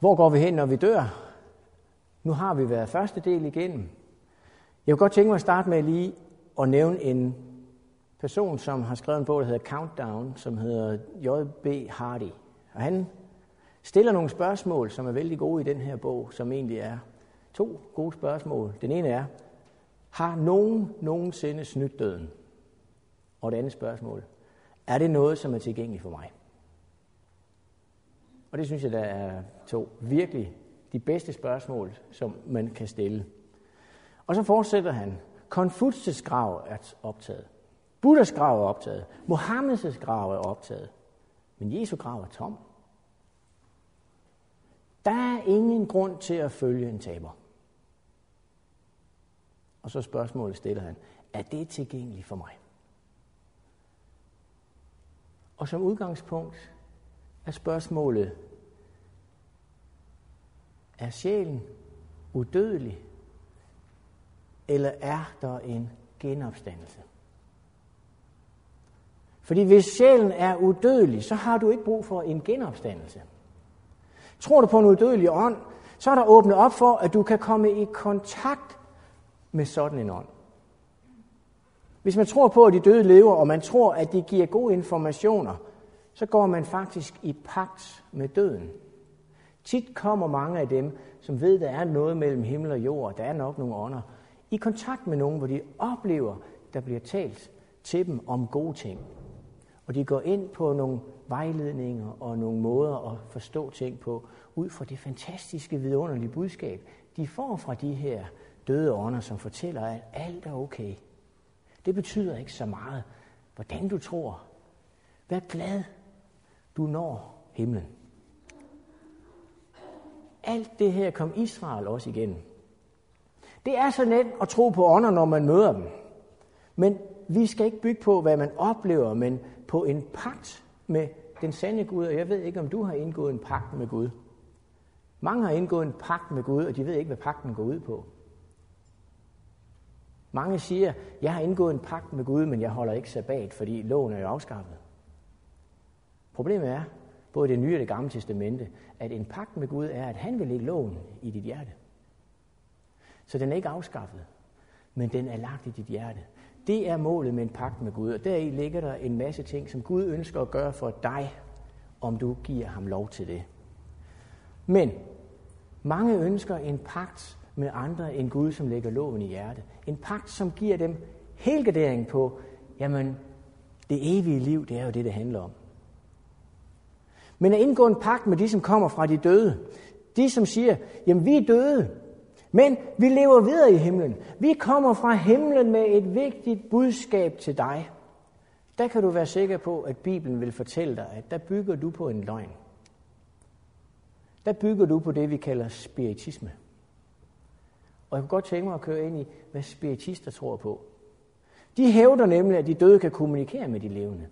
Hvor går vi hen, når vi dør? Nu har vi været første del igennem. Jeg kunne godt tænke mig at starte med lige at nævne en person, som har skrevet en bog, der hedder Countdown, som hedder J.B. Hardy. Og han stiller nogle spørgsmål, som er vældig gode i den her bog, som egentlig er 2 gode spørgsmål. Den ene er, har nogen nogensinde snydt døden? Og det andet spørgsmål, er det noget, som er tilgængeligt for mig? Og det synes jeg, der er 2 virkelig de bedste spørgsmål, som man kan stille. Og så fortsætter han. Konfucius' grav er optaget. Buddhas grav er optaget. Mohammeds grav er optaget. Men Jesu grav er tom. Der er ingen grund til at følge en taber. Og så spørgsmålet stiller han, er det tilgængeligt for mig? Og som udgangspunkt er spørgsmålet, er sjælen udødelig, eller er der en genopstandelse? Fordi hvis sjælen er udødelig, så har du ikke brug for en genopstandelse. Tror du på en udødelig ånd, så er der åbnet op for, at du kan komme i kontakt med sådan en ånd. Hvis man tror på, at de døde lever, og man tror, at de giver gode informationer, så går man faktisk i pagt med døden. Tit kommer mange af dem, som ved, der er noget mellem himmel og jord, der er nok nogle ånder, i kontakt med nogen, hvor de oplever, der bliver talt til dem om gode ting. Og de går ind på nogle vejledninger og nogle måder at forstå ting på, ud fra det fantastiske, vidunderlige budskab, de får fra de her døde ånder, som fortæller, at alt er okay. Det betyder ikke så meget, hvordan du tror. Vær glad, du når himlen. Alt det her kom Israel også igennem. Det er så let at tro på ånder, når man møder dem. Men vi skal ikke bygge på, hvad man oplever, men på en pagt med den sande Gud. Og jeg ved ikke, om du har indgået en pagt med Gud. Mange har indgået en pagt med Gud, og de ved ikke, hvad pagten går ud på. Mange siger, jeg har indgået en pagt med Gud, men jeg holder ikke sabbat, fordi loven er jo afskaffet. Problemet er, både det nye og det gamle testamente, at en pagt med Gud er, at han vil lægge loven i dit hjerte. Så den er ikke afskaffet, men den er lagt i dit hjerte. Det er målet med en pagt med Gud, og deri ligger der en masse ting, som Gud ønsker at gøre for dig, om du giver ham lov til det. Men mange ønsker en pagt med andre end Gud, som lægger loven i hjertet. En pagt, som giver dem helgardering på, jamen, det evige liv, det er jo det, det handler om. Men at indgå en pagt med de, som kommer fra de døde, de, som siger, jamen, vi er døde, men vi lever videre i himlen. Vi kommer fra himlen med et vigtigt budskab til dig. Der kan du være sikker på, at Bibelen vil fortælle dig, at der bygger du på en løgn. Der bygger du på det, vi kalder spiritisme. Og jeg kunne godt tænke mig at køre ind i, hvad spiritister tror på. De hævder nemlig, at de døde kan kommunikere med de levende.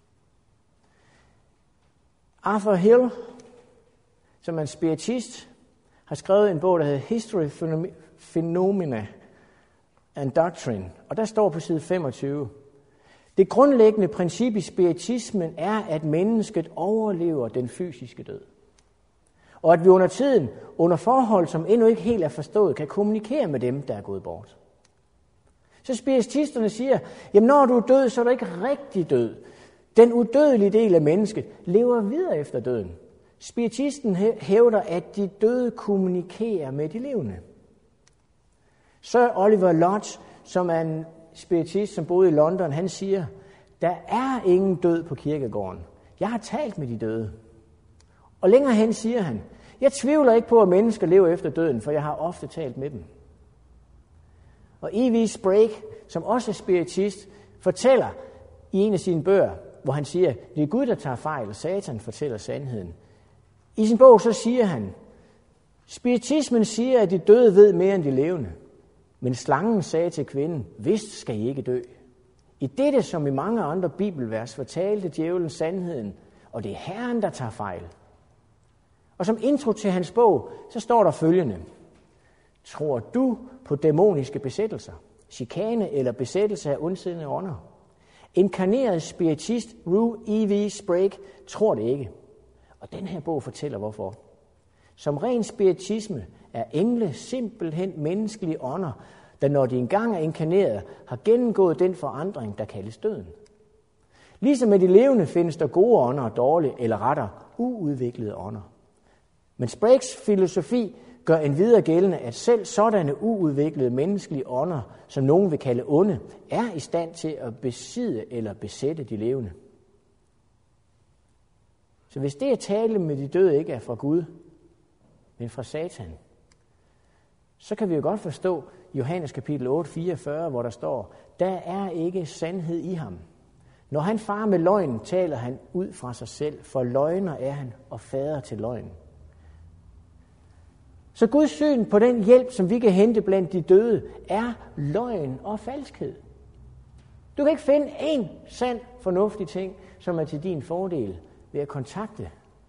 Arthur Hill, som er en spiritist, har skrevet en bog, der hedder History, Phenomena and Doctrine. Og der står på side 25. Det grundlæggende princip i spiritismen er, at mennesket overlever den fysiske død. Og at vi under tiden, under forhold, som endnu ikke helt er forstået, kan kommunikere med dem, der er gået bort. Så spiritisterne siger, jamen når du er død, så er du ikke rigtig død. Den udødelige del af mennesket lever videre efter døden. Spiritisten hævder, at de døde kommunikerer med de levende. Sir Oliver Lodge, som er en spiritist, som boede i London, han siger, der er ingen død på kirkegården. Jeg har talt med de døde. Og længere hen siger han, jeg tvivler ikke på, at mennesker lever efter døden, for jeg har ofte talt med dem. Og E.V. Sprague, som også er spiritist, fortæller i en af sine bøger, hvor han siger, det er Gud, der tager fejl, og Satan fortæller sandheden. I sin bog så siger han, spiritismen siger, at de døde ved mere end de levende. Men slangen sagde til kvinden, vist skal I ikke dø. I dette, som i mange andre bibelvers, fortalte djævlen sandheden, og det er Herren, der tager fejl. Og som intro til hans bog, så står der følgende. Tror du på dæmoniske besættelser, chikane eller besættelse af ondsindede ånder? Inkarneret spiritist Rue E.V. Sprague tror det ikke. Og den her bog fortæller hvorfor. Som ren spiritisme er engle simpelthen menneskelige ånder, der når de engang er inkarneret, har gennemgået den forandring, der kaldes døden. Ligesom med de levende findes der gode ånder og dårlige, eller retter uudviklede ånder. Men Spragues filosofi gør endvidere gældende, at selv sådanne uudviklede menneskelige ånder, som nogen vil kalde onde, er i stand til at besidde eller besætte de levende. Så hvis det at tale med de døde ikke er fra Gud, men fra Satan, så kan vi jo godt forstå Johannes kapitel 8, 44, hvor der står, der er ikke sandhed i ham. Når han farer med løgn, taler han ud fra sig selv, for løgner er han og fader til løgn. Så Guds syn på den hjælp, som vi kan hente blandt de døde, er løgn og falskhed. Du kan ikke finde én sand, fornuftig ting, som er til din fordel ved at kontakte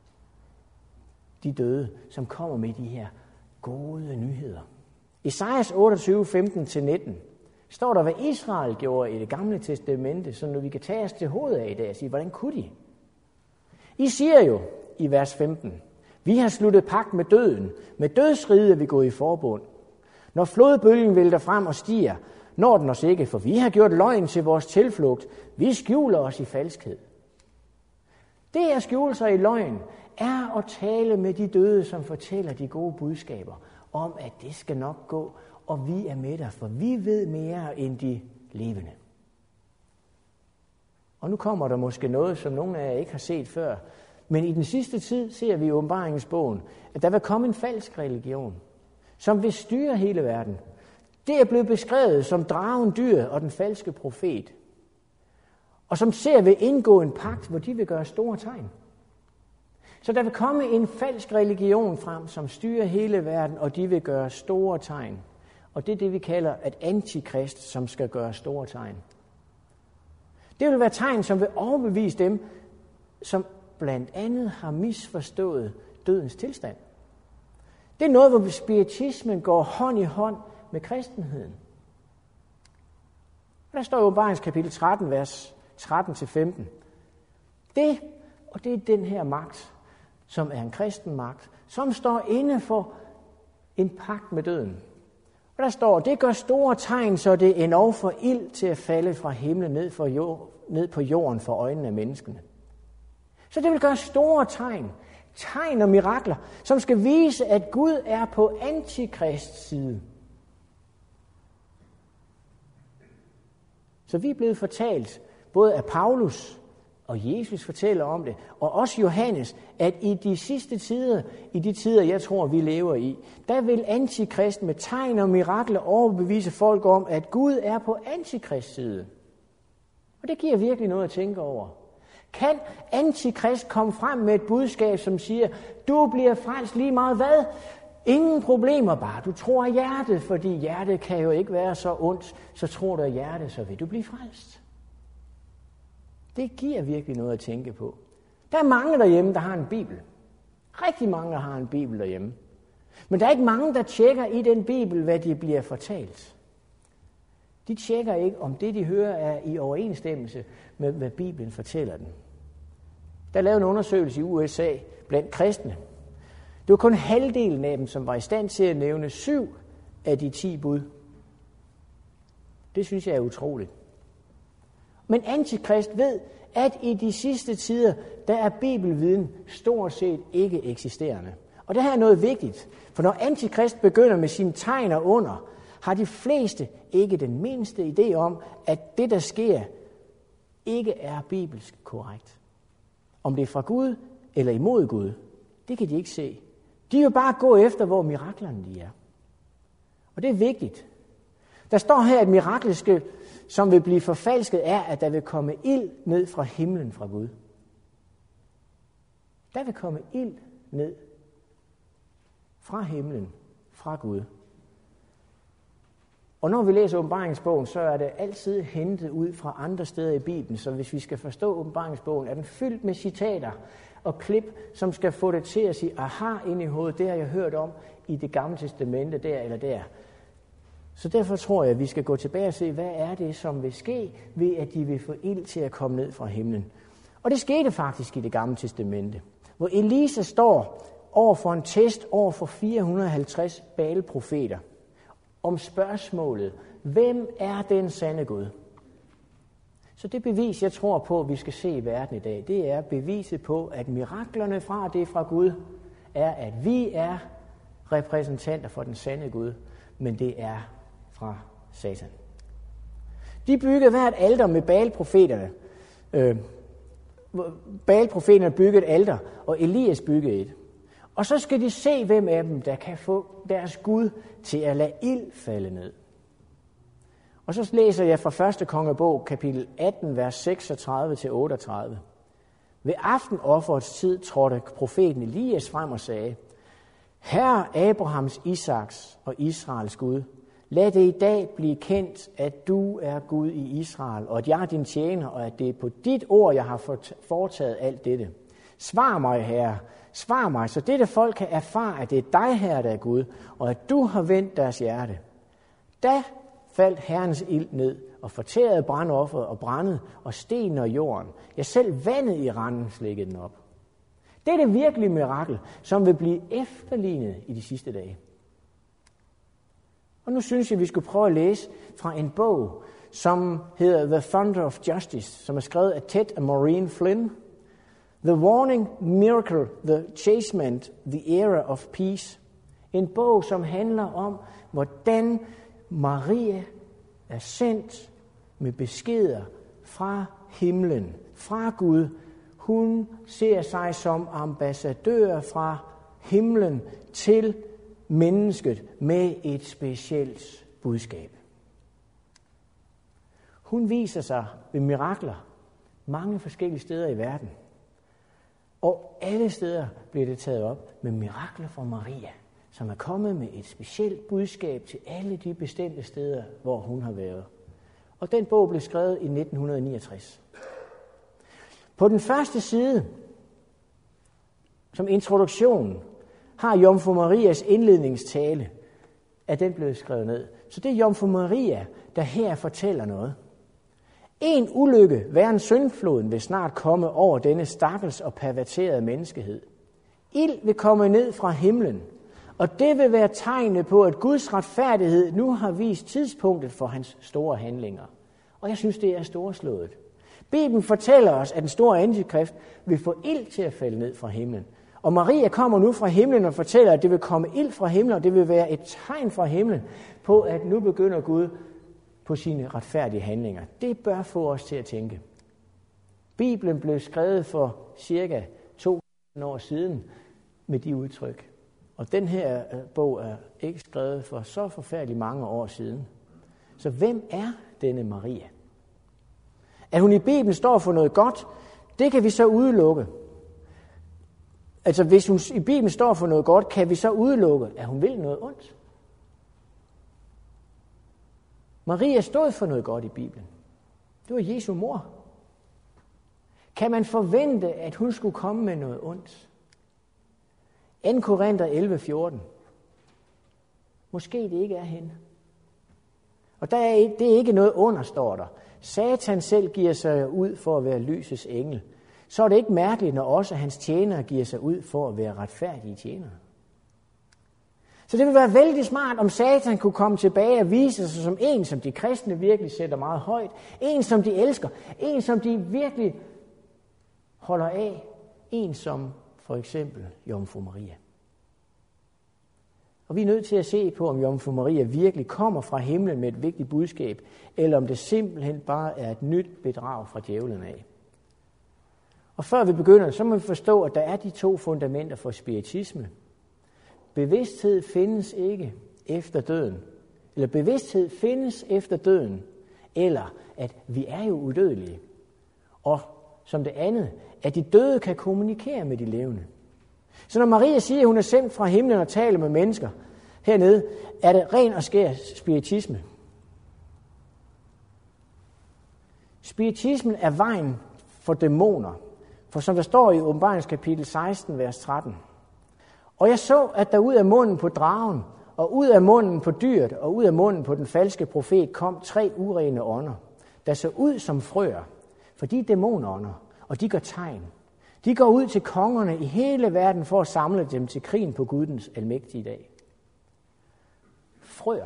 de døde, som kommer med de her gode nyheder. Esajas 28, 15-19 står der, hvad Israel gjorde i det gamle testamente, så når vi kan tage os til hovedet af i dag og sige, hvordan kunne de? I siger jo i vers 15, vi har sluttet pagt med døden, med dødsriget er vi gået i forbund. Når flodbølgen vælter frem og stiger, når den os ikke, for vi har gjort løgn til vores tilflugt, vi skjuler os i falskhed. Det at skjule sig i løgn er at tale med de døde, som fortæller de gode budskaber om, at det skal nok gå, og vi er med dig, for vi ved mere end de levende. Og nu kommer der måske noget, som nogle af jer ikke har set før, men i den sidste tid ser vi i åbenbaringsbogen, at der vil komme en falsk religion, som vil styre hele verden. Det er blevet beskrevet som dragen, dyr og den falske profet, og som vil indgå en pagt, hvor de vil gøre store tegn. Så der vil komme en falsk religion frem, som styrer hele verden, og de vil gøre store tegn. Og det er det, vi kalder et antikrist, som skal gøre store tegn. Det vil være tegn, som vil overbevise dem, som blandt andet har misforstået dødens tilstand. Det er noget, hvor spiritismen går hånd i hånd med kristenheden. Der står i Åbenbaringskapitel 13, vers 13-15. Det er den her magt, som er en kristen magt, som står inde for en pagt med døden. Og der står, det gør store tegn, så det endog får ild til at falde fra himlen ned på jorden for øjnene af menneskene. Så det vil gøre store tegn og mirakler, som skal vise, at Gud er på antikrists side. Så vi er blevet fortalt, både af Paulus og Jesus fortæller om det, og også Johannes, at i de sidste tider, i de tider, jeg tror, vi lever i, der vil antikrist med tegn og mirakler overbevise folk om, at Gud er på antikrists side. Og det giver virkelig noget at tænke over. Kan antikrist komme frem med et budskab, som siger, du bliver frelst lige meget hvad? Ingen problemer bare. Du tror af hjertet, fordi hjertet kan jo ikke være så ondt, så tror du af hjertet, så vil du blive frelst. Det giver virkelig noget at tænke på. Der er mange derhjemme, der har en bibel. Rigtig mange, der har en bibel derhjemme. Men der er ikke mange, der tjekker i den bibel, hvad de bliver fortalt. De tjekker ikke, om det, de hører, er i overensstemmelse med, hvad Bibelen fortæller dem. Der er lavet en undersøgelse i USA blandt kristne. Det var kun halvdelen af dem, som var i stand til at nævne 7 af de 10 bud. Det synes jeg er utroligt. Men antikrist ved, at i de sidste tider, der er bibelviden stort set ikke eksisterende. Og det her er noget vigtigt, for når antikrist begynder med sine tegn og under, har de fleste ikke den mindste idé om, at det, der sker, ikke er bibelsk korrekt. Om det er fra Gud eller imod Gud, det kan de ikke se. De vil bare gå efter, hvor miraklerne de er. Og det er vigtigt. Der står her, at miraklet, som vil blive forfalsket, er, at der vil komme ild ned fra himlen fra Gud. Der vil komme ild ned fra himlen fra Gud. Og når vi læser åbenbaringsbogen, så er det altid hentet ud fra andre steder i Bibelen. Så hvis vi skal forstå åbenbaringsbogen, er den fyldt med citater og klip, som skal få det til at sige, aha, ind i hovedet, det har jeg hørt om i det gamle testamente, der eller der. Så derfor tror jeg, at vi skal gå tilbage og se, hvad er det, som vil ske, ved at de vil få ild til at komme ned fra himlen. Og det skete faktisk i det gamle testamente, hvor Elisa står over for en test over for 450 Baal-profeter om spørgsmålet, hvem er den sande Gud? Så det bevis, jeg tror på, vi skal se i verden i dag, det er beviset på, at miraklerne fra det fra Gud er, at vi er repræsentanter for den sande Gud, men det er fra Satan. De byggede hvert alter med Baal-profeterne. Baal-profeterne byggede et alter, og Elias byggede et. Og så skal de se, hvem af dem, der kan få deres Gud til at lade ild falde ned. Og så læser jeg fra 1. kongebog, kapitel 18, vers 36-38. Ved aftenofferets tid trådte profeten Elias frem og sagde, Herre Abrahams, Isaks og Israels Gud, lad det i dag blive kendt, at du er Gud i Israel, og at jeg er din tjener, og at det er på dit ord, jeg har foretaget alt dette. Svar mig, Herre, svar mig, så dette folk kan erfare, at det er dig, Herre, der er Gud, og at du har vendt deres hjerte. Da faldt Herrens ild ned, og fortærede brandofferet og brændede, og stenen og jorden. Ja, selv vandet i randen slikkede den op. Det er det virkelige mirakel, som vil blive efterlignet i de sidste dage. Og nu synes jeg, vi skulle prøve at læse fra en bog, som hedder The Thunder of Justice, som er skrevet af Ted og Maureen Flynn. The Warning, Miracle, The Chastisement, The Era of Peace. En bog, som handler om, hvordan Maria er sendt med beskeder fra himlen, fra Gud. Hun ser sig som ambassadør fra himlen til mennesket med et specielt budskab. Hun viser sig ved mirakler mange forskellige steder i verden. Og alle steder bliver det taget op med mirakler fra Maria, som er kommet med et specielt budskab til alle de bestemte steder, hvor hun har været. Og den bog blev skrevet i 1969. På den første side, som introduktion, har Jomfru Marias indledningstale, at den blev skrevet ned. Så det er Jomfru Maria, der her fortæller noget. En ulykke, værre end syndfloden, vil snart komme over denne stakkels og perverterede menneskehed. Ild vil komme ned fra himlen, og det vil være tegnet på, at Guds retfærdighed nu har vist tidspunktet for hans store handlinger. Og jeg synes, det er storslået. Bibelen fortæller os, at den store antikrist vil få ild til at falde ned fra himlen. Og Maria kommer nu fra himlen og fortæller, at det vil komme ild fra himlen, og det vil være et tegn fra himlen på, at nu begynder Gud på sine retfærdige handlinger. Det bør få os til at tænke. Bibelen blev skrevet for cirka 2000 år siden med de udtryk. Og den her bog er ikke skrevet for så forfærdeligt mange år siden. Så hvem er denne Maria? At hun i Bibelen står for noget godt, det kan vi så udelukke. Altså hvis hun i Bibelen står for noget godt, kan vi så udelukke, at hun vil noget ondt. Maria stod for noget godt i Bibelen. Det var Jesu mor. Kan man forvente, at hun skulle komme med noget ondt? 2. Korinther 11:14. Måske det ikke er hende. Og det er ikke noget under, står der. Satan selv giver sig ud for at være lysets engel. Så er det ikke mærkeligt, når også hans tjenere giver sig ud for at være retfærdige tjenere. Så det vil være vældig smart, om Satan kunne komme tilbage og vise sig som en, som de kristne virkelig sætter meget højt. En, som de elsker. En, som de virkelig holder af. En som for eksempel Jomfru Maria. Og vi er nødt til at se på, om Jomfru Maria virkelig kommer fra himlen med et vigtigt budskab, eller om det simpelthen bare er et nyt bedrag fra djævlen af. Og før vi begynder, så må vi forstå, at der er de to fundamenter for spiritisme. Bevidsthed findes ikke efter døden. Eller bevidsthed findes efter døden. Eller at vi er jo udødelige. Og som det andet, at de døde kan kommunikere med de levende. Så når Maria siger, at hun er sendt fra himlen og taler med mennesker hernede, er det ren og skær spiritisme. Spiritismen er vejen for dæmoner. For som der står i Åbenbaringskapitel 16, vers 13. Og jeg så, at der ud af munden på dragen, og ud af munden på dyret, og ud af munden på den falske profet, kom 3 urene ånder, der så ud som frøer, for de er dæmonånder, og de gør tegn. De går ud til kongerne i hele verden for at samle dem til krigen på Gudens almægtige dag. Frøer.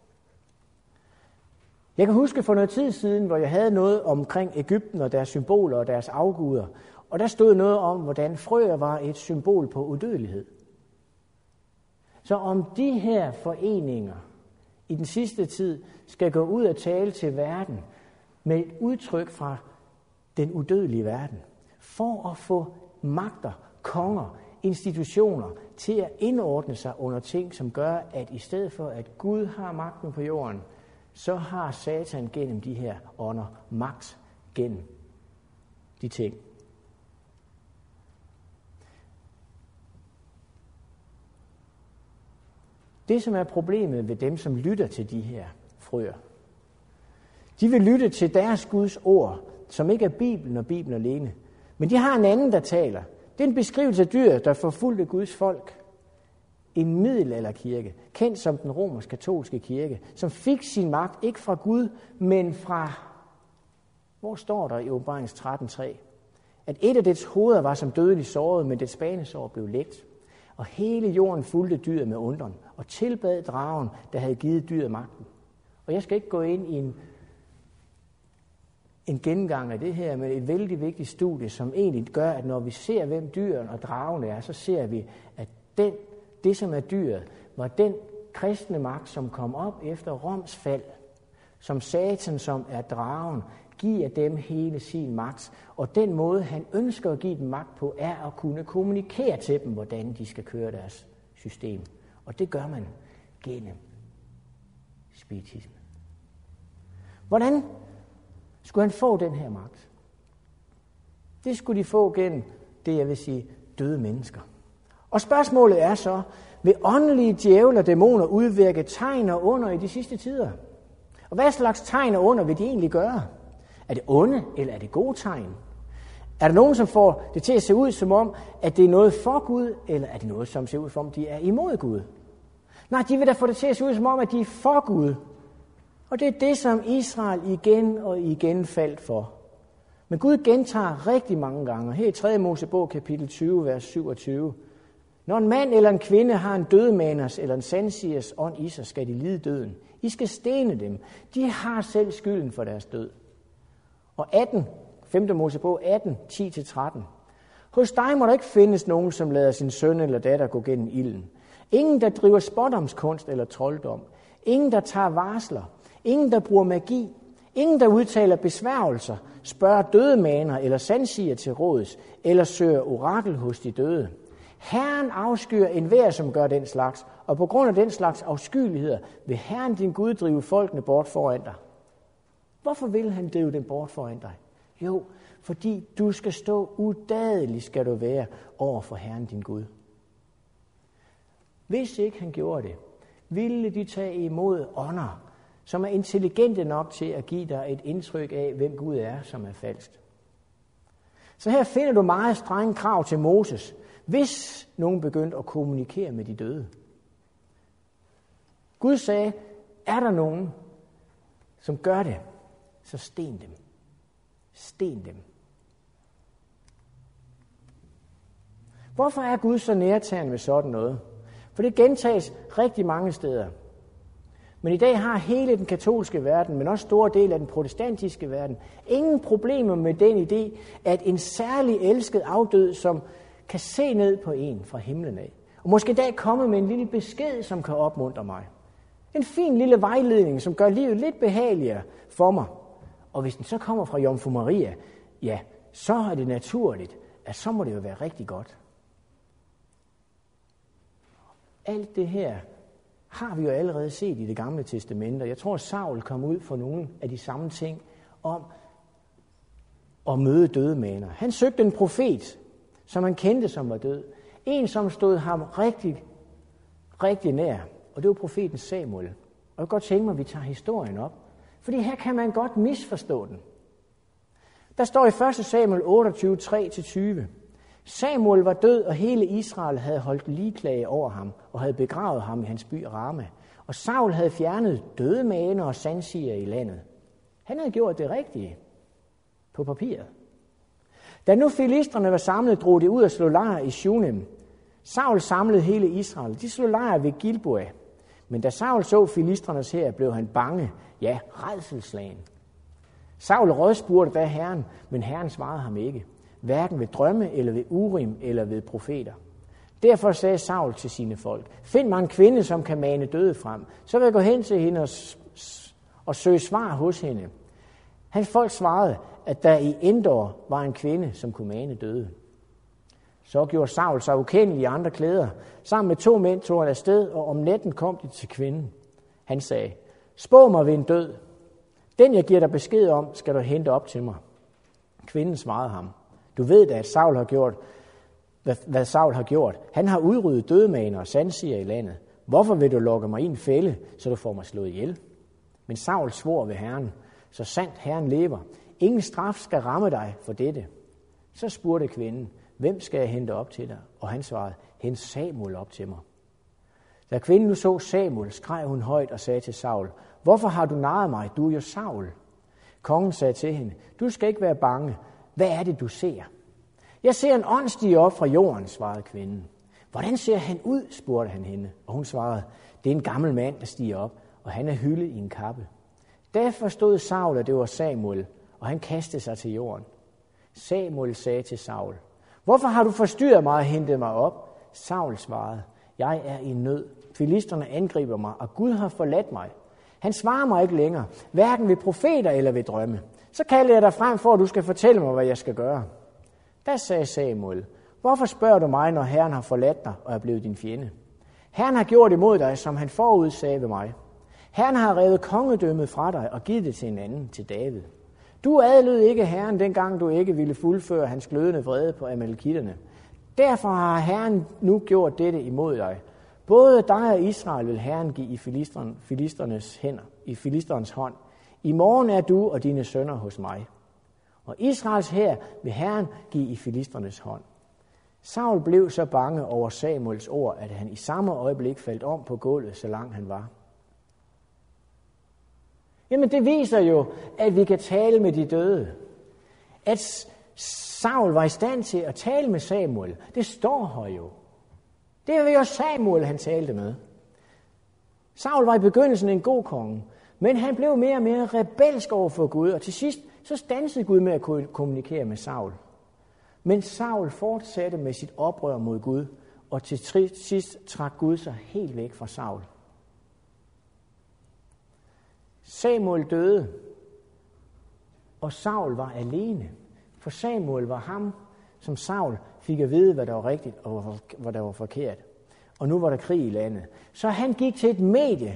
Jeg kan huske for noget tid siden, hvor jeg havde noget omkring Egypten og deres symboler og deres afguder. Og der stod noget om, hvordan frøer var et symbol på udødelighed. Så om de her foreninger i den sidste tid skal gå ud og tale til verden med et udtryk fra den udødelige verden, for at få magter, konger, institutioner til at indordne sig under ting, som gør, at i stedet for, at Gud har magten på jorden, så har Satan gennem de her ånder magt gennem de ting. Det, som er problemet ved dem, som lytter til de her frøer, de vil lytte til deres Guds ord, som ikke er Bibelen og Bibelen alene. Men de har en anden, der taler. Det er en beskrivelse af dyr, der forfulgte Guds folk. En middelalderkirke, kendt som den romersk-katolske kirke, som fik sin magt ikke fra Gud, men fra, hvor står der i Åbenbaringens 13:3, at et af dets hoveder var som dødeligt såret, men dets banesår blev lægt. Og hele jorden fulgte dyret med undren, og tilbad dragen, der havde givet dyret magten. Og jeg skal ikke gå ind i en gennemgang af det her, men et vældig vigtigt studie, som egentlig gør, at når vi ser, hvem dyren og dragen er, så ser vi, at det, som er dyret, var den kristne magt, som kom op efter Roms fald, som Satan, som er dragen, giver dem hele sin magt. Og den måde, han ønsker at give dem magt på, er at kunne kommunikere til dem, hvordan de skal køre deres system. Og det gør man gennem spiritisme. Hvordan skulle han få den her magt? Det skulle de få gennem det, jeg vil sige, døde mennesker. Og spørgsmålet er så, vil åndelige djævler og dæmoner udvirke tegn og under i de sidste tider? Og hvad slags tegn og under vil de egentlig gøre? Er det onde, eller er det gode tegn? Er der nogen, som får det til at se ud som om, at det er noget for Gud, eller er det noget, som ser ud som om, de er imod Gud? Nej, de vil da få det til at se ud som om, at de er for Gud. Og det er det, som Israel igen og igen faldt for. Men Gud gentager rigtig mange gange. Her i 3. Mosebog, kapitel 20, vers 27. Når en mand eller en kvinde har en dødmaners eller en sandsigers ånd i sig, skal de lide døden. I skal stene dem. De har selv skylden for deres død. Og 5. Mosebog 18, 10-13. Hos dig må der ikke findes nogen, som lader sin søn eller datter gå gennem ilden. Ingen, der driver spådomskunst eller trolddom. Ingen, der tager varsler. Ingen, der bruger magi. Ingen, der udtaler besværgelser, spørger dødemaner eller sandsiger til råds, eller søger orakel hos de døde. Herren afskyer enhver, som gør den slags, og på grund af den slags afskyeligheder vil Herren din Gud drive folkene bort foran dig. Hvorfor vil han drive dem bort foran dig? Jo, fordi du skal stå udadelig, skal du være over for Herren din Gud. Hvis ikke han gjorde det, ville de tage imod ånder, som er intelligente nok til at give dig et indtryk af, hvem Gud er, som er falsk. Så her finder du meget strenge krav til Moses, hvis nogen begyndte at kommunikere med de døde. Gud sagde, er der nogen, som gør det, så sten dem. Sten dem. Hvorfor er Gud så nærtagende med sådan noget? For det gentages rigtig mange steder. Men i dag har hele den katolske verden, men også store del af den protestantiske verden, ingen problemer med den idé, at en særlig elsket afdød, som kan se ned på en fra himlen af, og måske i dag komme med en lille besked, som kan opmuntre mig. En fin lille vejledning, som gør livet lidt behageligere for mig. Og hvis den så kommer fra Jomfru Maria, ja, så er det naturligt, at så må det jo være rigtig godt. Alt det her har vi jo allerede set i Det Gamle Testamente. Jeg tror, at Saul kom ud for nogle af de samme ting om at møde dødemaner. Han søgte en profet, som han kendte, som var død. En, som stod ham rigtig, rigtig nær. Og det var profeten Samuel. Og jeg kan godt tænke mig, at vi tager historien op. Fordi her kan man godt misforstå den. Der står i 1. Samuel 28, 3-20. Samuel var død, og hele Israel havde holdt ligeklage over ham, og havde begravet ham i hans by Rama. Og Saul havde fjernet dødemaner og sandsiger i landet. Han havde gjort det rigtige på papiret. Da nu filisterne var samlet, drog de ud og slog lejr i Shunem. Saul samlede hele Israel. De slog lejr ved Gilboa. Men da Saul så filistrenes hær, blev han bange, ja, rædselsslagen. Saul rådspurgte da Herren, men Herren svarede ham ikke, hverken ved drømme eller ved urim eller ved profeter. Derfor sagde Saul til sine folk, find mig en kvinde, som kan mane døde frem, så vil jeg gå hen til hende og søge svar hos hende. Hans folk svarede, at der i Endor var en kvinde, som kunne mane døde. Så gjorde Saul sig ukendelig i andre klæder. Sammen med 2 mænd tog han afsted, og om natten kom de til kvinden. Han sagde, spå mig ved en død. Den, jeg giver dig besked om, skal du hente op til mig. Kvinden svarede ham, du ved da, at Saul har gjort, hvad Saul har gjort. Han har udryddet dødemaner og sandsiger i landet. Hvorfor vil du lokke mig i en fælde, så du får mig slået ihjel? Men Saul svor ved Herren, så sandt Herren lever. Ingen straf skal ramme dig for dette. Så spurgte kvinden, hvem skal jeg hente op til dig? Og han svarede, hent Samuel op til mig. Da kvinden nu så Samuel, skreg hun højt og sagde til Saul, hvorfor har du narret mig? Du er jo Saul. Kongen sagde til hende, du skal ikke være bange. Hvad er det, du ser? Jeg ser en ånd stige op fra jorden, svarede kvinden. Hvordan ser han ud, spurgte han hende. Og hun svarede, det er en gammel mand, der stiger op, og han er hyldet i en kappe. Da forstod Saul, at det var Samuel, og han kastede sig til jorden. Samuel sagde til Saul, hvorfor har du forstyrret mig og hentet mig op? Saul svarede, jeg er i nød. Filisterne angriber mig, og Gud har forladt mig. Han svarer mig ikke længere, hverken ved profeter eller ved drømme. Så kalder jeg dig frem for, at du skal fortælle mig, hvad jeg skal gøre. Da sagde Samuel, hvorfor spørger du mig, når Herren har forladt dig og er blevet din fjende? Herren har gjort imod dig, som han forud sagde ved mig. Herren har revet kongedømmet fra dig og givet det til en anden, til David. Du adlød ikke Herren, dengang du ikke ville fuldføre hans glødende vrede på amalekitterne. Derfor har Herren nu gjort dette imod dig. Både dig og Israel vil Herren give i filisternes hænder, i filisterens hånd. I morgen er du og dine sønner hos mig. Og Israels hær vil Herren give i filisternes hånd. Saul blev så bange over Samuels ord, at han i samme øjeblik faldt om på gulvet, så langt han var. Jamen det viser jo, at vi kan tale med de døde. At Saul var i stand til at tale med Samuel, det står her jo. Det var jo Samuel, han talte med. Saul var i begyndelsen en god konge, men han blev mere og mere rebelsk over for Gud, og til sidst så standsede Gud med at kunne kommunikere med Saul. Men Saul fortsatte med sit oprør mod Gud, og til sidst trak Gud sig helt væk fra Saul. Samuel døde, og Saul var alene, for Samuel var ham, som Saul fik at vide, hvad der var rigtigt og hvad der var forkert. Og nu var der krig i landet. Så han gik til et medie.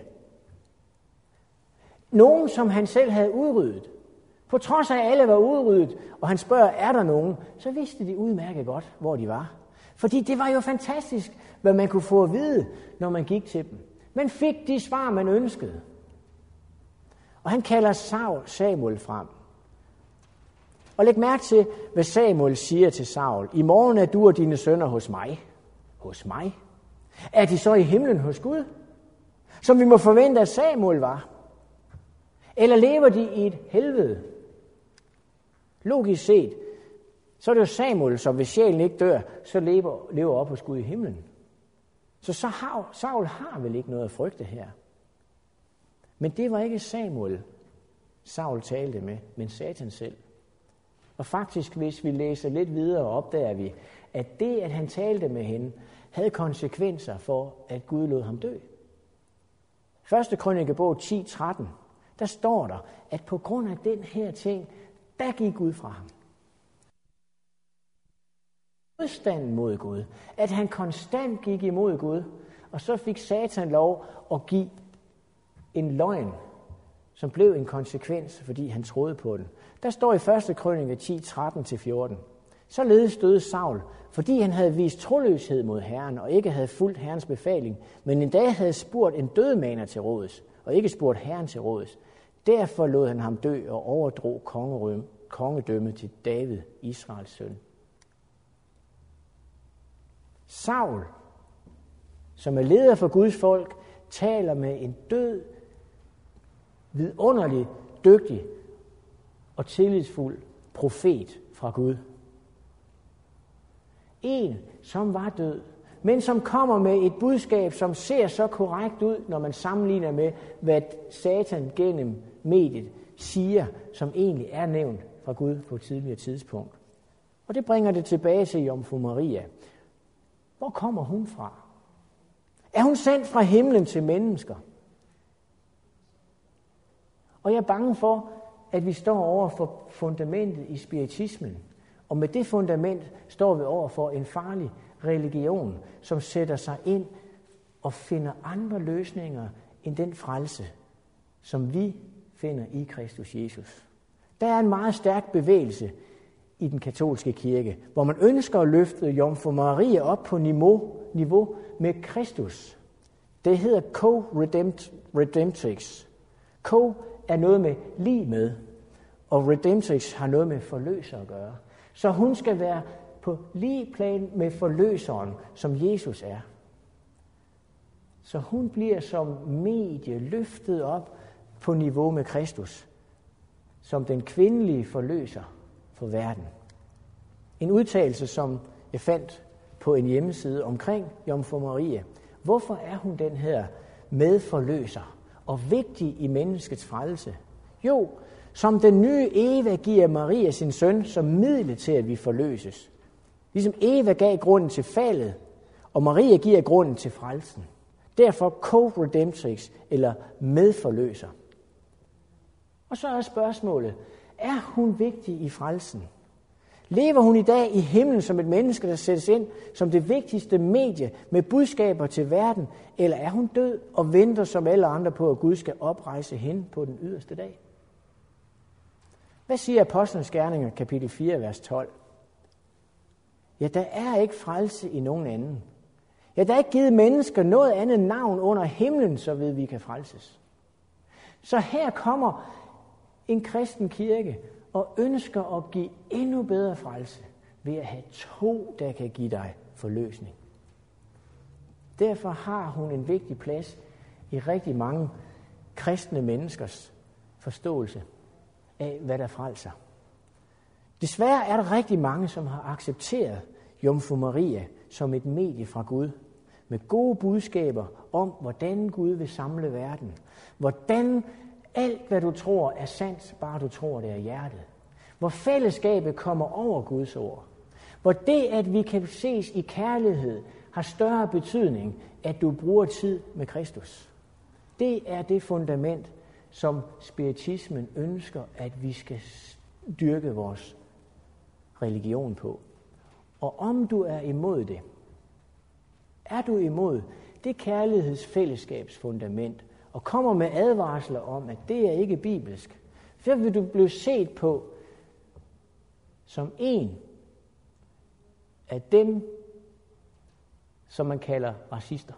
Nogen, som han selv havde udryddet. På trods af, at alle var udryddet, og han spørger, er der nogen? Så vidste de udmærket godt, hvor de var. Fordi det var jo fantastisk, hvad man kunne få at vide, når man gik til dem. Man fik de svar, man ønskede. Og han kalder Samuel frem. Og læg mærke til, hvad Samuel siger til Saul. I morgen er du og dine sønner hos mig. Hos mig? Er de så i himlen hos Gud? Som vi må forvente, at Samuel var. Eller lever de i et helvede? Logisk set, så er det jo Samuel, som hvis sjælen ikke dør, så lever op hos Gud i himlen. Så Saul har vel ikke noget at frygte her. Men det var ikke Samuel, Saul talte med, men Satan selv. Og faktisk, hvis vi læser lidt videre, opdager vi, at det, at han talte med hende, havde konsekvenser for, at Gud lod ham dø. 1. Krønikebog 10:13, der står der, at på grund af den her ting, der gik Gud fra ham. Modstanden mod Gud, at han konstant gik imod Gud, og så fik Satan lov at give en løgn, som blev en konsekvens, fordi han troede på den. Der står i 1. Krønike 10:13-14. Således døde Saul, fordi han havde vist troløshed mod Herren, og ikke havde fulgt Herrens befaling, men en dag havde spurgt en dødemaner til råds, og ikke spurgt Herren til råds. Derfor lod han ham dø og overdrog kongedømme til David, Israels søn. Saul, som er leder for Guds folk, taler med en død, vidunderlig, dygtig og tillidsfuld profet fra Gud. En, som var død, men som kommer med et budskab, som ser så korrekt ud, når man sammenligner med, hvad Satan gennem mediet siger, som egentlig er nævnt fra Gud på et tidligere tidspunkt. Og det bringer det tilbage til Jomfru Maria. Hvor kommer hun fra? Er hun sendt fra himlen til mennesker? Og jeg er bange for, at vi står over for fundamentet i spiritismen. Og med det fundament står vi over for en farlig religion, som sætter sig ind og finder andre løsninger end den frelse, som vi finder i Kristus Jesus. Der er en meget stærk bevægelse i den katolske kirke, hvor man ønsker at løfte Jomfru Maria op på niveau med Kristus. Det hedder co-redemptrix. Co er noget med lig med, og redemptrix har noget med forløser at gøre. Så hun skal være på lige plan med forløseren, som Jesus er. Så hun bliver som medie løftet op på niveau med Kristus, som den kvindelige forløser for verden. En udtalelse, som jeg fandt på en hjemmeside omkring Jomfru Maria. Hvorfor er hun den her medforløser og vigtig i menneskets frelse? Jo, som den nye Eva giver Maria sin søn som middel til, at vi forløses. Ligesom Eva gav grunden til faldet, og Maria giver grunden til frelsen. Derfor co-redemptrix, eller medforløser. Og så er spørgsmålet, er hun vigtig i frelsen? Lever hun i dag i himlen som et menneske, der sættes ind som det vigtigste medie med budskaber til verden, eller er hun død og venter som alle andre på, at Gud skal oprejse hende på den yderste dag? Hvad siger Apostlenes Gerninger, kapitel 4, vers 12? Ja, der er ikke frelse i nogen anden. Ja, der er ikke givet mennesker noget andet navn under himlen, så ved vi kan frelses. Så her kommer en kristen kirke og ønsker at give endnu bedre frelse ved at have to, der kan give dig forløsning. Derfor har hun en vigtig plads i rigtig mange kristne menneskers forståelse af, hvad der frelser. Desværre er der rigtig mange, som har accepteret Jomfru Maria som et medie fra Gud, med gode budskaber om, hvordan Gud vil samle verden. Hvordan alt, hvad du tror, er sandt, bare du tror, det er hjertet. Hvor fællesskabet kommer over Guds ord. Hvor det, at vi kan ses i kærlighed, har større betydning, at du bruger tid med Kristus. Det er det fundament, som spiritismen ønsker, at vi skal dyrke vores religion på. Og om du er imod det, er du imod det kærlighedsfællesskabsfundament, og kommer med advarsler om, at det er ikke bibelsk, så vil du blive set på som en af dem, som man kalder racister.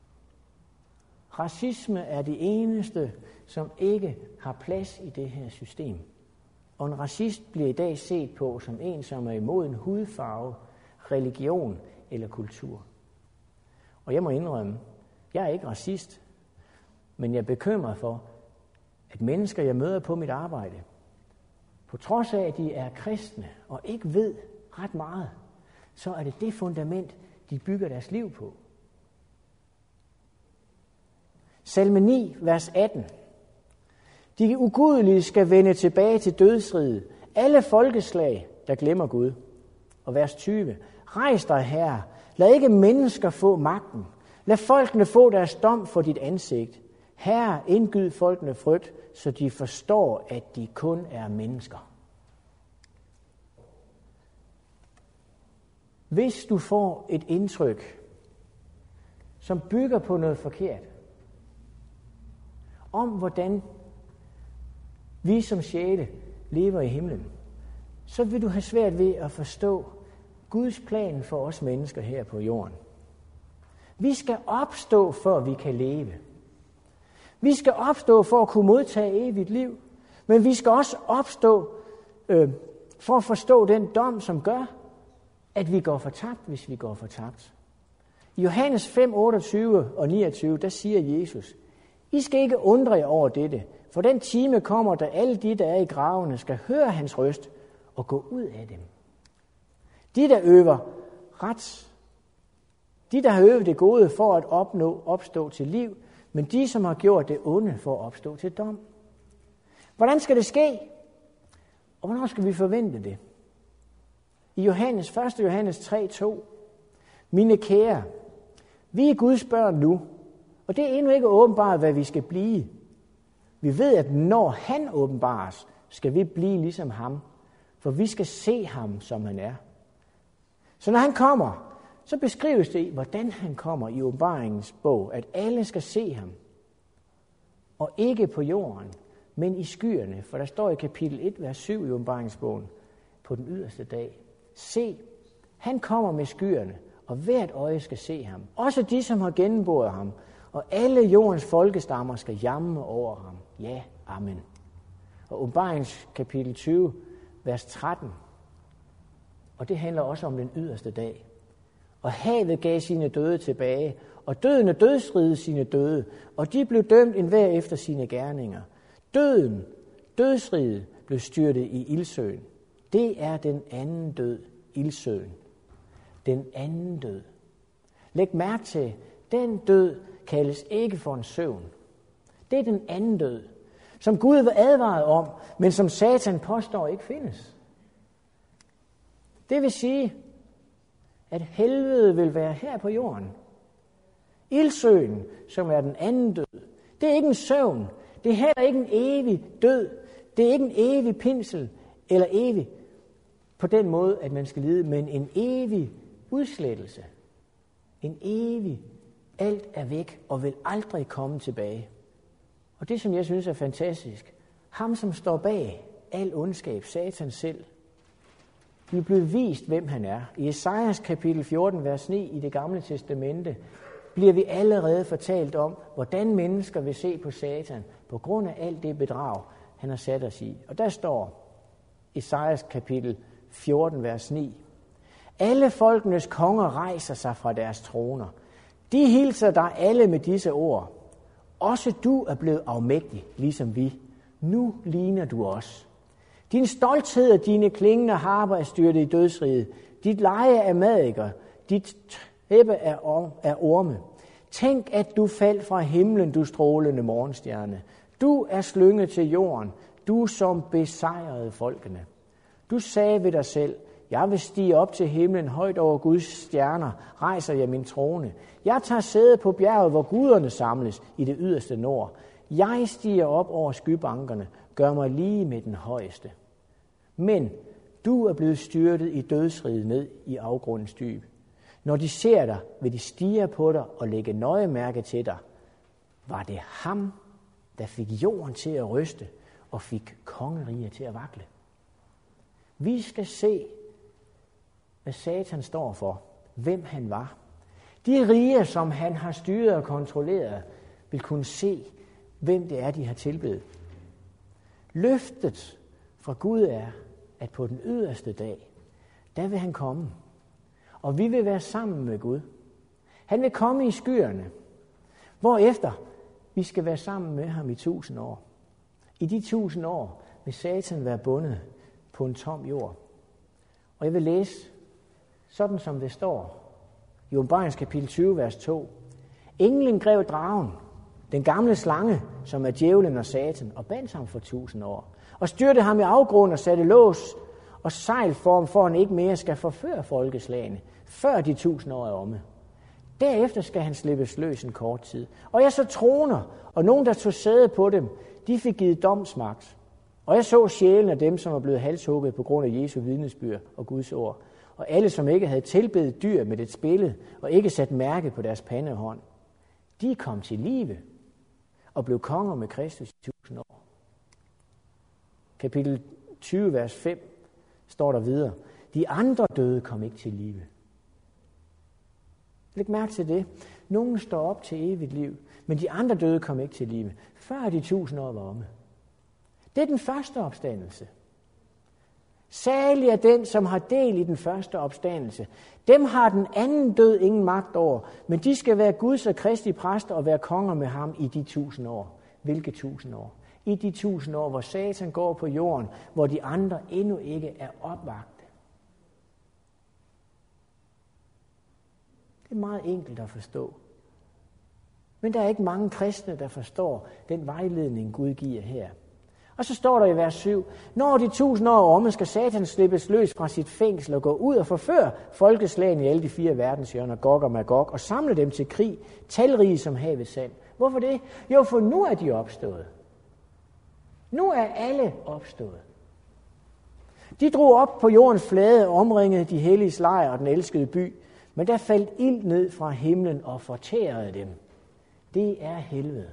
Racisme er det eneste, som ikke har plads i det her system. Og en racist bliver i dag set på som en, som er imod en hudfarve, religion eller kultur. Og jeg må indrømme, jeg er ikke racist, men jeg er bekymret for, at mennesker, jeg møder på mit arbejde, på trods af, at de er kristne og ikke ved ret meget, så er det fundament, de bygger deres liv på. Salme 9, vers 18. De ugudelige skal vende tilbage til dødsriget. Alle folkeslag, der glemmer Gud. Og vers 20. Rejs dig, Herre. Lad ikke mennesker få magten. Lad folkene få deres dom for dit ansigt. Herre, indgyd folkene frygt, så de forstår, at de kun er mennesker. Hvis du får et indtryk, som bygger på noget forkert, om hvordan vi som sjæle lever i himlen, så vil du have svært ved at forstå Guds plan for os mennesker her på jorden. Vi skal opstå, før vi kan leve. Vi skal opstå for at kunne modtage evigt liv, men vi skal også opstå for at forstå den dom, som gør, at vi går fortabt, hvis vi går fortabt. I Johannes 5, 28 og 29, der siger Jesus, I skal ikke undre jer over dette, for den time kommer, da alle de, der er i gravene, skal høre hans røst og gå ud af dem. De, der øver ret. De, der har øvet det gode for at opstå til liv, men de, som har gjort det onde for at opstå til dom. Hvordan skal det ske? Og hvornår skal vi forvente det? I 1. Johannes 3:2. Mine kære, vi er Guds børn nu, og det er endnu ikke åbenbart, hvad vi skal blive. Vi ved, at når han åbenbares, skal vi blive ligesom ham, for vi skal se ham, som han er. Så når han kommer, så beskrives det, hvordan han kommer i åbenbaringens bog, at alle skal se ham. Og ikke på jorden, men i skyerne, for der står i kapitel 1, vers 7 i åbenbaringsbogen, på den yderste dag. Se, han kommer med skyerne, og hvert øje skal se ham. Også de, som har gennemboret ham, og alle jordens folkestammer skal jamme over ham. Ja, amen. Og åbenbarings kapitel 20, vers 13. Og det handler også om den yderste dag. Og havet gav sine døde tilbage, og døden og dødsriget sine døde, og de blev dømt enhver efter sine gerninger. Dødsriget blev styrtet i ildsøen. Det er den anden død, ildsøen. Den anden død. Læg mærke til, den død kaldes ikke for en søvn. Det er den anden død, som Gud var advaret om, men som Satan påstår ikke findes. Det vil sige, at helvede vil være her på jorden. Ildsøen, som er den anden død, det er ikke en søvn. Det er heller ikke en evig død. Det er ikke en evig pinsel eller evig på den måde, at man skal lide, men en evig udslettelse. En evig, alt er væk og vil aldrig komme tilbage. Og det, som jeg synes er fantastisk, ham som står bag al ondskab, Satan selv, vi er blevet vist, hvem han er. I Esajas kapitel 14, vers 9 i det gamle testamente, bliver vi allerede fortalt om, hvordan mennesker vil se på Satan, på grund af alt det bedrag, han har sat os i. Og der står Esajas kapitel 14, vers 9. Alle folkenes konger rejser sig fra deres troner. De hilser dig alle med disse ord. Også du er blevet afmægtig, ligesom vi. Nu ligner du os. Din stolthed og dine klingende harper er styrtet i dødsriget. Dit leje er madikker. Dit tæppe er orme. Tænk, at du faldt fra himlen, du strålende morgenstjerne. Du er slynget til jorden, du som besejrede folkene. Du sagde ved dig selv, jeg vil stige op til himlen, højt over Guds stjerner, rejser jeg min trone. Jeg tager sæde på bjerget, hvor guderne samles i det yderste nord. Jeg stiger op over skybankerne, gør mig lige med den højeste. Men du er blevet styrtet i dødsriget ned i afgrundens dyb. Når de ser dig, vil de stirre på dig og lægge nøje mærke til dig. Var det ham, der fik jorden til at ryste og fik kongeriget til at vakle? Vi skal se, hvad Satan står for, hvem han var. De rige, som han har styret og kontrolleret, vil kunne se, hvem det er, de har tilbedt. Løftet fra Gud er, at på den yderste dag, der vil han komme. Og vi vil være sammen med Gud. Han vil komme i skyerne, hvorefter vi skal være sammen med ham i 1000 år. I de 1000 år vil Satan være bundet på en tom jord. Og jeg vil læse, sådan som det står i Åbenbarings kapitel 20, vers 2. Englen greb dragen, den gamle slange, som er djævlen og Satan, og bandt ham for 1000 år. Og styrte ham i afgrunden og satte lås og sejlform, for han ikke mere skal forføre folkeslagene, før de 1000 år er omme. Derefter skal han slippes løs en kort tid. Og jeg så troner, og nogen, der tog sæde på dem, de fik givet domsmagt. Og jeg så sjælen af dem, som var blevet halshugget på grund af Jesu vidnesbyrd og Guds ord. Og alle, som ikke havde tilbedet dyr med et billede, og ikke sat mærke på deres pandehånd, de kom til live og blev konger med Kristus i 1000 år. Kapitel 20, vers 5 står der videre. De andre døde kom ikke til live. Læg mærke til det. Nogen står op til evigt liv, men de andre døde kom ikke til live, før de 1000 år var omme. Det er den første opstandelse. Salig er den, som har del i den første opstandelse. Dem har den anden død ingen magt over, men de skal være Guds og Kristi præster og være konger med ham i de 1000 år. Hvilke 1000 år? I de 1000 år, hvor Satan går på jorden, hvor de andre endnu ikke er opvagte. Det er meget enkelt at forstå. Men der er ikke mange kristne, der forstår den vejledning, Gud giver her. Og så står der i vers 7, når de 1000 år omme, skal Satan slippes løs fra sit fængsel og gå ud og forføre folkeslagene i alle de 4 verdenshjørner, Gog og Magog, og samle dem til krig, talrige som havets sand. Hvorfor det? Jo, for nu er de opstået. Nu er alle opstået. De drog op på jordens flade og omringede de helliges lejr og den elskede by, men der faldt ild ned fra himlen og fortærede dem. Det er helvede.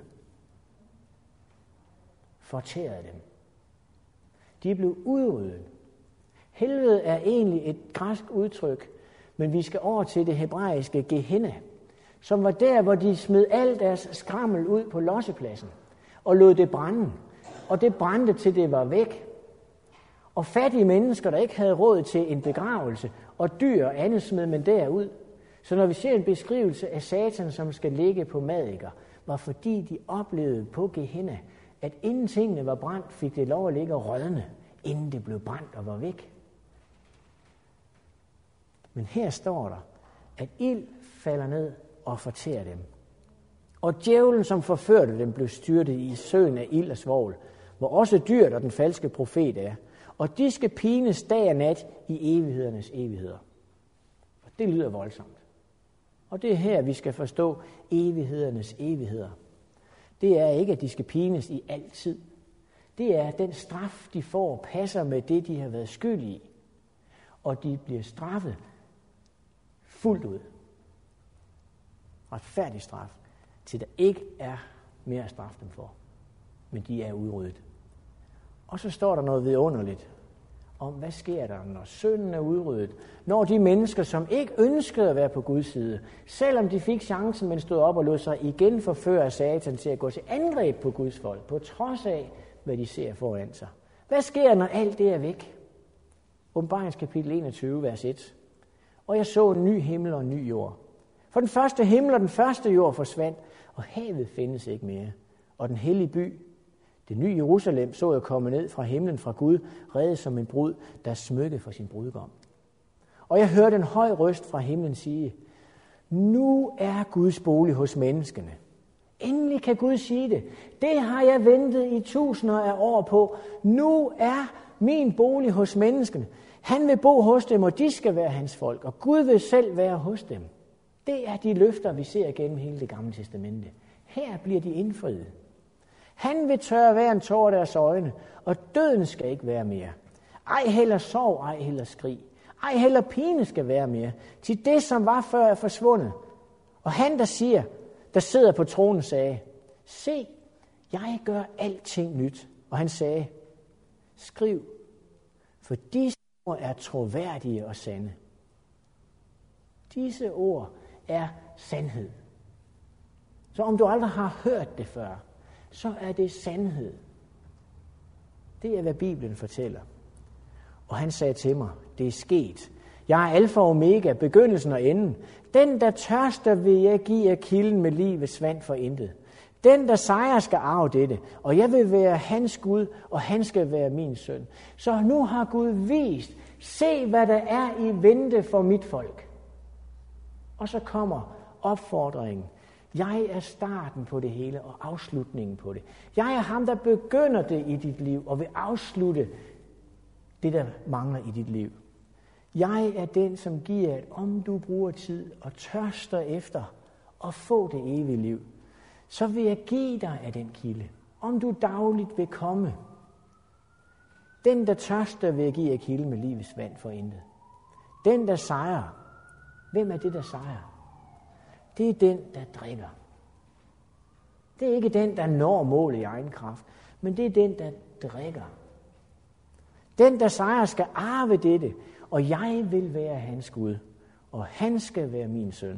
Fortærede dem. De blev udryddet. Helvede er egentlig et græsk udtryk, men vi skal over til det hebraiske Gehenna, som var der, hvor de smed al deres skrammel ud på lossepladsen og lod det brænde. Og det brændte til det var væk. Og fattige mennesker, der ikke havde råd til en begravelse, og dyr og andet smed man derud. Så når vi ser en beskrivelse af Satan, som skal ligge på madikker, var fordi de oplevede på Gehenna, at inden tingene var brændt, fik det lov at ligge og rådne, inden det blev brændt og var væk. Men her står der, at ild falder ned og fortærer dem. Og djævlen, som forførte dem, blev styrtet i søen af ild og svovl, hvor også dyrt og den falske profet er. Og de skal pines dag og nat i evighedernes evigheder. Og det lyder voldsomt. Og det er her, vi skal forstå evighedernes evigheder. Det er ikke, at de skal pines i altid. Det er, at den straf, de får, passer med det, de har været skyld i. Og de bliver straffet fuldt ud. Retfærdig straf, til der ikke er mere at straffe dem for. Men de er udryddet. Og så står der noget vidunderligt om, hvad sker der, når synden er udryddet. Når de mennesker, som ikke ønskede at være på Guds side, selvom de fik chancen, men stod op og lod sig igen forføre Satan til at gå til angreb på Guds folk, på trods af, hvad de ser foran sig. Hvad sker, når alt det er væk? Åbenbaringens kapitel 21, vers 1. Og jeg så en ny himmel og en ny jord. For den første himmel og den første jord forsvandt, og havet findes ikke mere. Og den hellige by, det nye Jerusalem, så jeg komme ned fra himlen fra Gud, reddet som en brud, der smykkede for sin brudgom. Og jeg hørte en høj røst fra himlen sige, nu er Guds bolig hos menneskene. Endelig kan Gud sige det. Det har jeg ventet i tusinder af år på. Nu er min bolig hos menneskene. Han vil bo hos dem, og de skal være hans folk, og Gud vil selv være hos dem. Det er de løfter, vi ser gennem hele det gamle testamente. Her bliver de indfriet. Han vil tørre hver en tår af deres øjne, og døden skal ikke være mere. Ej heller sorg, ej heller skrig. Ej heller pine skal være mere. Til det, som var før, er forsvundet. Og han, der sidder på tronen, sagde, se, jeg gør alting nyt. Og han sagde, skriv, for disse ord er troværdige og sande. Disse ord er sandhed. Så om du aldrig har hørt det før, så er det sandhed. Det er, hvad Bibelen fortæller. Og han sagde til mig, det er sket. Jeg er alfa og omega, begyndelsen og enden. Den, der tørster, vil jeg give af kilden med livets vand for intet. Den, der sejrer, skal arve dette, og jeg vil være hans Gud, og han skal være min søn. Så nu har Gud vist, se hvad der er i vente for mit folk. Og så kommer opfordringen. Jeg er starten på det hele og afslutningen på det. Jeg er ham, der begynder det i dit liv og vil afslutte det, der mangler i dit liv. Jeg er den, som giver, at om du bruger tid og tørster efter at få det evige liv, så vil jeg give dig af den kilde, om du dagligt vil komme. Den, der tørster, vil jeg give af kilde med livets vand for intet. Den, der sejrer. Hvem er det, der sejrer? Det er den, der drikker. Det er ikke den, der når målet i egen kraft, men det er den, der drikker. Den, der sejrer, skal arve dette, og jeg vil være hans Gud, og han skal være min søn.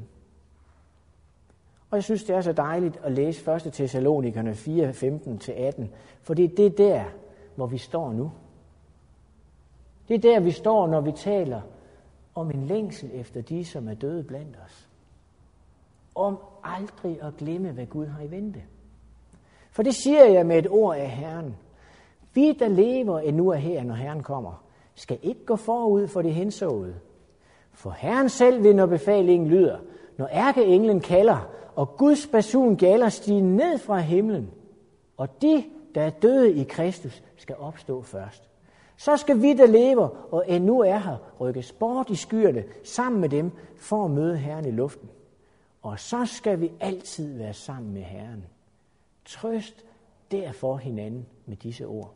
Og jeg synes, det er så dejligt at læse 1. Thessalonikerne 4, 15-18, for det er det der, hvor vi står nu. Det er der, vi står, når vi taler om en længsel efter de, som er døde blandt os. Om aldrig at glemme, hvad Gud har i vente. For det siger jeg med et ord af Herren. Vi, der lever endnu er her, når Herren kommer, skal ikke gå forud for det hensåede. For Herren selv vil, når befalingen lyder, når ærkeenglen kalder, og Guds basun gælder stige ned fra himlen, og de, der er døde i Kristus, skal opstå først. Så skal vi, der lever og endnu er her, rykkes bort i skyerne sammen med dem for at møde Herren i luften. Og så skal vi altid være sammen med Herren. Trøst derfor hinanden med disse ord.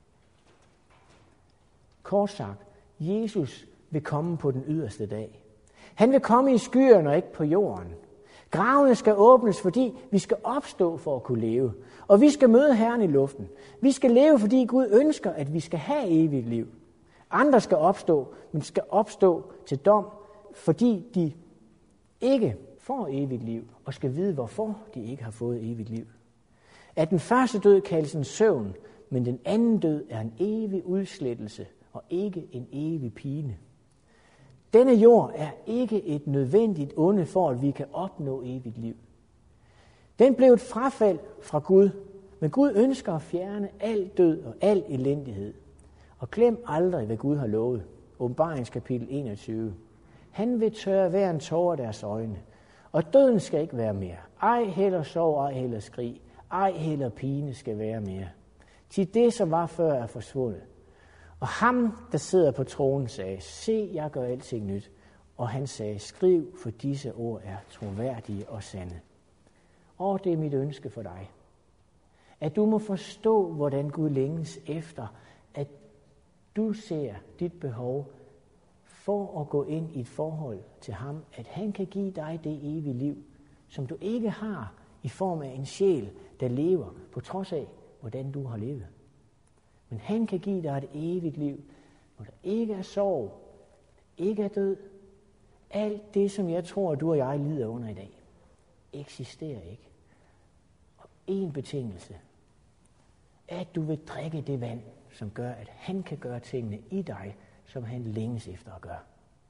Kort sagt, Jesus vil komme på den yderste dag. Han vil komme i skyerne og ikke på jorden. Gravene skal åbnes, fordi vi skal opstå for at kunne leve. Og vi skal møde Herren i luften. Vi skal leve, fordi Gud ønsker, at vi skal have evigt liv. Andre skal opstå, men skal opstå til dom, fordi de ikke får evigt liv, og skal vide, hvorfor de ikke har fået evigt liv. At den første død kaldes en søvn, men den anden død er en evig udslettelse og ikke en evig pine. Denne jord er ikke et nødvendigt onde for, at vi kan opnå evigt liv. Den blev et frafald fra Gud, men Gud ønsker at fjerne al død og al elendighed. Og glem aldrig, hvad Gud har lovet. Åbenbaringskapitel 21. Han vil tørre hver en tåre af deres øjne, og døden skal ikke være mere. Ej heller sorg, ej heller skrig, ej heller pine skal være mere. Til det, som var før, er forsvundet. Og ham, der sidder på tronen, sagde, se, jeg gør alting nyt. Og han sagde, skriv, for disse ord er troværdige og sande. Og det er mit ønske for dig, at du må forstå, hvordan Gud længes efter, at du ser dit behov for at gå ind i et forhold til ham, at han kan give dig det evige liv, som du ikke har i form af en sjæl, der lever på trods af, hvordan du har levet. Men han kan give dig et evigt liv, hvor der ikke er sorg, ikke er død. Alt det, som jeg tror, du og jeg lider under i dag, eksisterer ikke. Og en betingelse, at du vil drikke det vand, som gør, at han kan gøre tingene i dig, som han længes efter at gøre.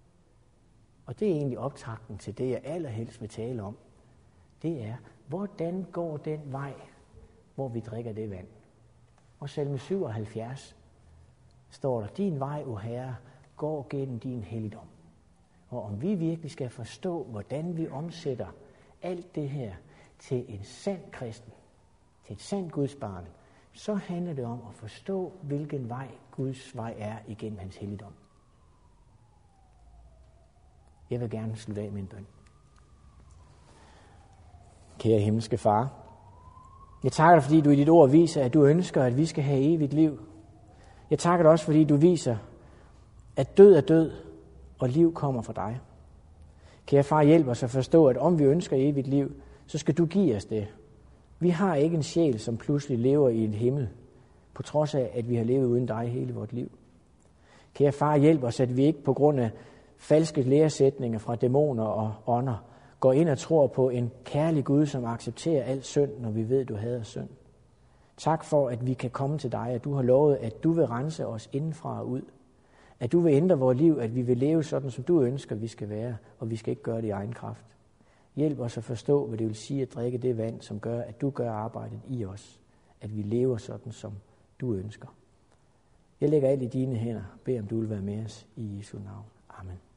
Og det er egentlig optakten til det, jeg allerhelst vil tale om. Det er, hvordan går den vej, hvor vi drikker det vand? Og salme 77 står der, din vej, o Herre, går gennem din helligdom. Og om vi virkelig skal forstå, hvordan vi omsætter alt det her til en sand kristen, til et sandt Guds barn, så handler det om at forstå, hvilken vej Guds vej er igennem hans helligdom. Jeg vil gerne slutte af med en bøn. Kære himmelske Far, jeg takker dig, fordi du i dit ord viser, at du ønsker, at vi skal have evigt liv. Jeg takker dig også, fordi du viser, at død er død, og liv kommer fra dig. Kære Far, hjælp os at forstå, at om vi ønsker evigt liv, så skal du give os det. Vi har ikke en sjæl, som pludselig lever i en himmel, på trods af, at vi har levet uden dig hele vort liv. Kære Far, hjælp os, at vi ikke på grund af falske læresætninger fra dæmoner og ånder, går ind og tror på en kærlig Gud, som accepterer al synd, når vi ved, du hader synd. Tak for, at vi kan komme til dig, at du har lovet, at du vil rense os indenfra og ud. At du vil ændre vores liv, at vi vil leve sådan, som du ønsker, vi skal være, og vi skal ikke gøre det i egen kraft. Hjælp os at forstå, hvad det vil sige at drikke det vand, som gør, at du gør arbejdet i os. At vi lever sådan, som du ønsker. Jeg lægger alt i dine hænder. Bed om du vil være med os i Jesu navn. Amen.